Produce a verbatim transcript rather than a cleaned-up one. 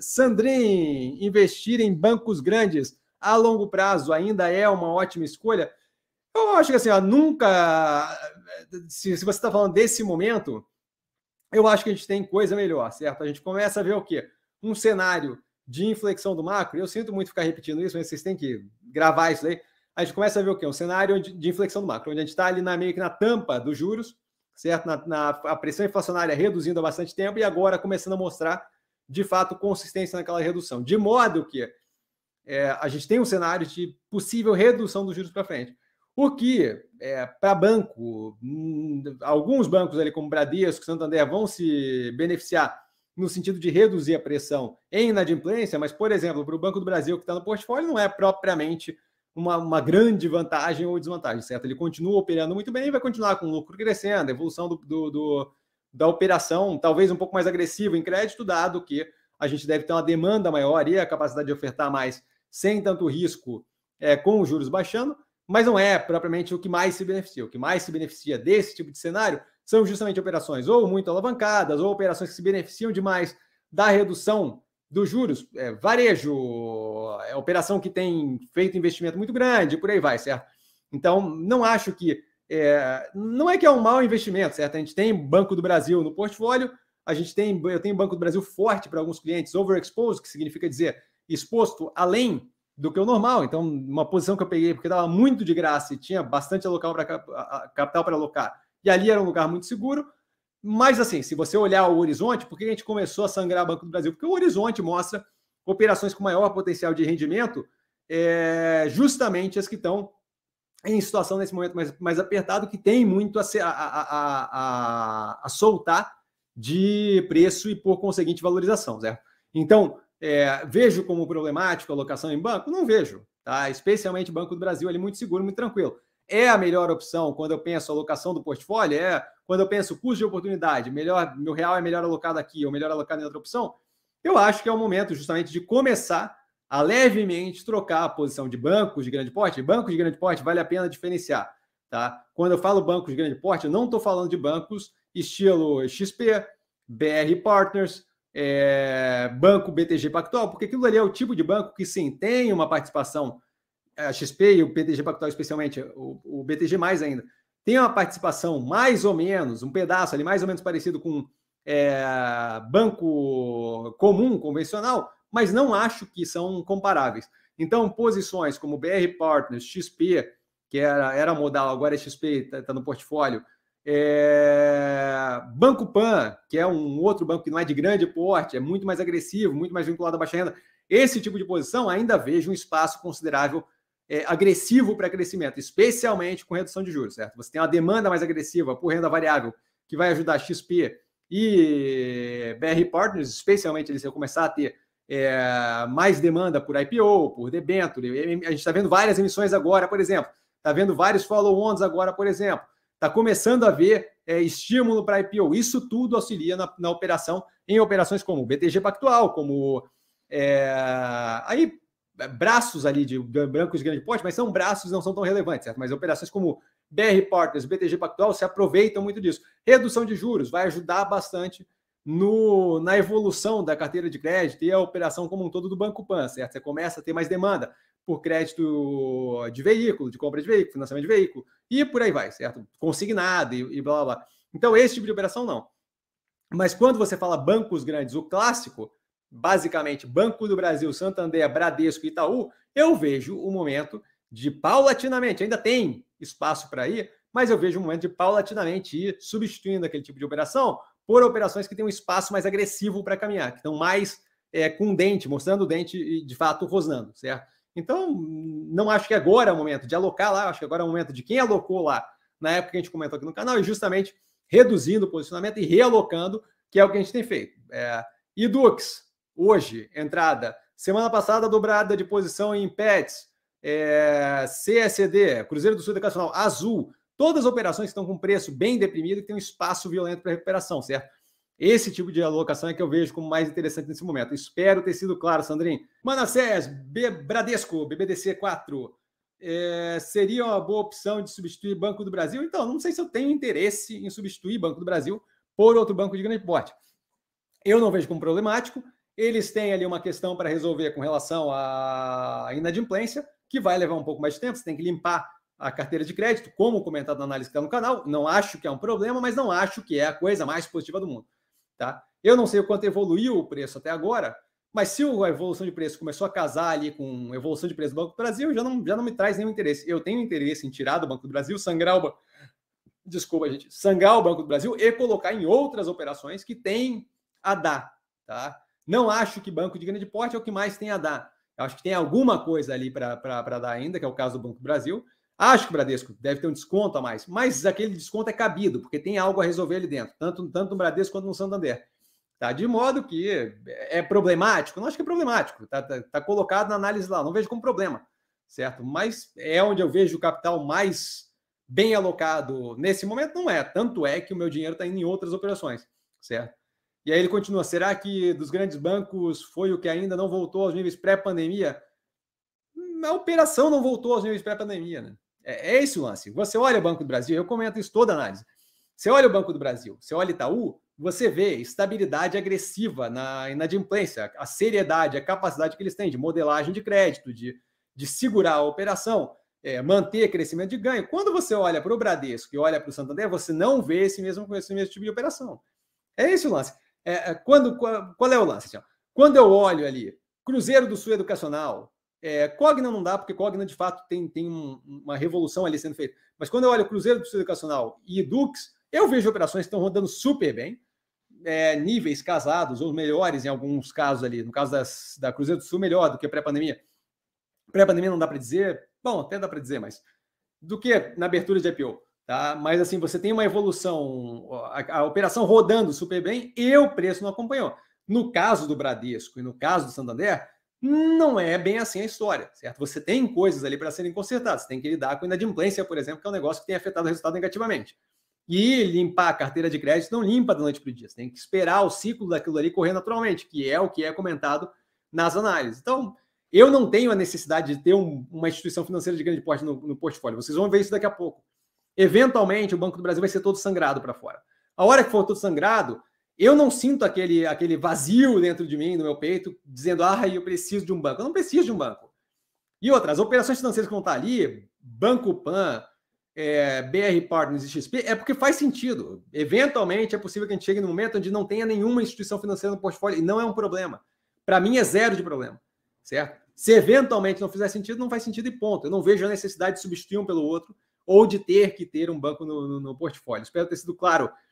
Sandrin, investir em bancos grandes a longo prazo ainda é uma ótima escolha? Eu acho que assim, ó, nunca... Se, se você está falando desse momento, eu acho que a gente tem coisa melhor, certo? A gente começa a ver o quê? Um cenário de inflexão do macro. Eu sinto muito ficar repetindo isso, mas vocês têm que gravar isso aí. A gente começa a ver o quê? Um cenário de, de inflexão do macro, onde a gente está ali na, meio que na tampa dos juros, certo? Na, na, a pressão inflacionária reduzindo há bastante tempo e agora começando a mostrar, de fato, consistência naquela redução. De modo que é, a gente tem um cenário de possível redução dos juros para frente. O que, é, para banco, hum, alguns bancos ali como Bradesco, Santander vão se beneficiar no sentido de reduzir a pressão em inadimplência, mas, por exemplo, para o Banco do Brasil que está no portfólio, não é propriamente uma, uma grande vantagem ou desvantagem, certo? Ele continua operando muito bem e vai continuar com o lucro crescendo, a evolução do, do, do, da operação talvez um pouco mais agressiva em crédito, dado que a gente deve ter uma demanda maior e a capacidade de ofertar mais sem tanto risco é, com os juros baixando, mas não é propriamente o que mais se beneficia. O que mais se beneficia desse tipo de cenário são justamente operações ou muito alavancadas ou operações que se beneficiam demais da redução dos juros. É, varejo, é operação que tem feito investimento muito grande, por aí vai, certo? Então, não acho que... É, não é que é um mau investimento, certo? A gente tem Banco do Brasil no portfólio, a gente tem, eu tenho Banco do Brasil forte para alguns clientes, overexposed, que significa dizer exposto além do que o normal. Então, uma posição que eu peguei porque estava muito de graça e tinha bastante local para capital para alocar, e ali era um lugar muito seguro. Mas, assim, se você olhar o horizonte, por que a gente começou a sangrar o Banco do Brasil? Porque o horizonte mostra operações com maior potencial de rendimento, é, justamente as que estão em situação nesse momento mais, mais apertado, que tem muito a, a, a, a, a soltar de preço e, por conseguinte, valorização, certo? Então, é, vejo como problemático a alocação em banco? Não vejo, tá? Especialmente o Banco do Brasil, ele é muito seguro, muito tranquilo. É a melhor opção quando eu penso a alocação do portfólio? É. Quando eu penso custo de oportunidade, melhor, meu real é melhor alocado aqui ou melhor alocado em outra opção? Eu acho que é o momento justamente de começar a levemente trocar a posição de bancos de grande porte. Bancos de grande porte vale a pena diferenciar, tá? Quando eu falo bancos de grande porte, eu não estou falando de bancos estilo X P, B R Partners, é, Banco B T G Pactual, porque aquilo ali é o tipo de banco que sim, tem uma participação, a X P e o B T G Pactual especialmente, o, o B T G mais ainda, tem uma participação mais ou menos, um pedaço ali mais ou menos parecido com é, banco comum, convencional, mas não acho que são comparáveis. Então, posições como B R Partners, X P, que era, era modal, agora é X P, está tá no portfólio, é... Banco Pan, que é um outro banco que não é de grande porte, é muito mais agressivo, muito mais vinculado à baixa renda. Esse tipo de posição ainda vejo um espaço considerável é, agressivo para crescimento, especialmente com redução de juros, certo? Você tem uma demanda mais agressiva por renda variável, que vai ajudar X P e B R Partners, especialmente se eu começar a ter é, mais demanda por I P O, por debênture. A gente está vendo várias emissões agora, por exemplo. Está vendo vários follow-ons agora, por exemplo. Está começando a ver é, estímulo para I P O. Isso tudo auxilia na, na operação, em operações como o B T G Pactual, como é, aí, braços ali de bancos de grande porte, mas são braços, não são tão relevantes, certo? Mas operações como B R Partners, B T G Pactual se aproveitam muito disso. Redução de juros vai ajudar bastante no, na evolução da carteira de crédito e a operação como um todo do Banco Pan, certo? Você começa a ter mais demanda por crédito de veículo, de compra de veículo, financiamento de veículo, e por aí vai, certo? Consignado e, e blá, blá, blá. Então, esse tipo de operação, não. Mas quando você fala bancos grandes, o clássico, basicamente, Banco do Brasil, Santander, Bradesco e Itaú, eu vejo o momento de paulatinamente, ainda tem espaço para ir, mas eu vejo o momento de paulatinamente ir substituindo aquele tipo de operação por operações que têm um espaço mais agressivo para caminhar, que estão mais é, com dente, mostrando o dente e, de fato, rosnando, certo? Então, não acho que agora é o momento de alocar lá, acho que agora é o momento de quem alocou lá, na época que a gente comentou aqui no canal, e justamente reduzindo o posicionamento e realocando, que é o que a gente tem feito. É, e Dux, hoje, entrada, semana passada dobrada de posição em Pets, é, C S D, Cruzeiro do Sul Educacional, Azul, todas as operações que estão com preço bem deprimido e tem um espaço violento para recuperação, certo? Esse tipo de alocação é que eu vejo como mais interessante nesse momento. Espero ter sido claro, Sandrinho. Manassés, B, Bradesco, B B D C quatro, é, seria uma boa opção de substituir Banco do Brasil? Então, não sei se eu tenho interesse em substituir Banco do Brasil por outro banco de grande porte. Eu não vejo como problemático. Eles têm ali uma questão para resolver com relação à inadimplência, que vai levar um pouco mais de tempo, você tem que limpar a carteira de crédito, como comentado na análise que está no canal. Não acho que é um problema, mas não acho que é a coisa mais positiva do mundo. Tá? Eu não sei o quanto evoluiu o preço até agora, mas se a evolução de preço começou a casar ali com a evolução de preço do Banco do Brasil, já não, já não me traz nenhum interesse. Eu tenho interesse em tirar do Banco do Brasil, sangrar o, desculpa, gente, sangrar o Banco do Brasil e colocar em outras operações que tem a dar. Tá? Não acho que banco de grande porte é o que mais tem a dar. Eu acho que tem alguma coisa ali para dar ainda, que é o caso do Banco do Brasil. Acho que o Bradesco deve ter um desconto a mais, mas aquele desconto é cabido, porque tem algo a resolver ali dentro, tanto, tanto no Bradesco quanto no Santander. Tá? De modo que é problemático, não acho que é problemático, tá, tá, tá colocado na análise lá, não vejo como problema, certo? Mas é onde eu vejo o capital mais bem alocado nesse momento, não é. Tanto é que o meu dinheiro está indo em outras operações, certo? E aí ele continua, será que dos grandes bancos foi o que ainda não voltou aos níveis pré-pandemia? A operação não voltou aos níveis pré-pandemia, né? É, é esse o lance. Você olha o Banco do Brasil, eu comento isso toda a análise. Você olha o Banco do Brasil, você olha Itaú, você vê estabilidade agressiva na inadimplência, a seriedade, a capacidade que eles têm de modelagem de crédito, de, de segurar a operação, é, manter crescimento de ganho. Quando você olha para o Bradesco e olha para o Santander, você não vê esse mesmo, esse mesmo tipo de operação. É esse o lance. É, quando, qual, qual é o lance? Assim, ó? Quando eu olho ali, Cruzeiro do Sul Educacional, é, Cogna não dá, porque Cogna de fato tem, tem um, uma revolução ali sendo feita. Mas quando eu olho Cruzeiro do Sul Educacional e Edux, eu vejo operações que estão rodando super bem, é, níveis casados, ou melhores em alguns casos ali. No caso das, da Cruzeiro do Sul, melhor do que pré-pandemia. Pré-pandemia não dá para dizer, bom, até dá para dizer, mas do que na abertura de I P O. Tá? Mas assim, você tem uma evolução, a, a operação rodando super bem e o preço não acompanhou. No caso do Bradesco e no caso do Santander, não é bem assim a história, certo? Você tem coisas ali para serem consertadas, você tem que lidar com inadimplência, por exemplo, que é um negócio que tem afetado o resultado negativamente. E limpar a carteira de crédito não limpa da noite para o dia, você tem que esperar o ciclo daquilo ali correr naturalmente, que é o que é comentado nas análises. Então, eu não tenho a necessidade de ter um, uma instituição financeira de grande porte no, no portfólio, vocês vão ver isso daqui a pouco. Eventualmente, o Banco do Brasil vai ser todo sangrado para fora. A hora que for todo sangrado, eu não sinto aquele, aquele vazio dentro de mim, no meu peito, dizendo, ah, eu preciso de um banco. Eu não preciso de um banco. E outras, operações financeiras que vão estar ali, Banco Pan, é, B R Partners e X P, é porque faz sentido. Eventualmente, é possível que a gente chegue num momento onde não tenha nenhuma instituição financeira no portfólio, e não é um problema. Para mim, é zero de problema, certo? Se eventualmente não fizer sentido, não faz sentido e ponto. Eu não vejo a necessidade de substituir um pelo outro, ou de ter que ter um banco no, no, no portfólio. Espero ter sido claro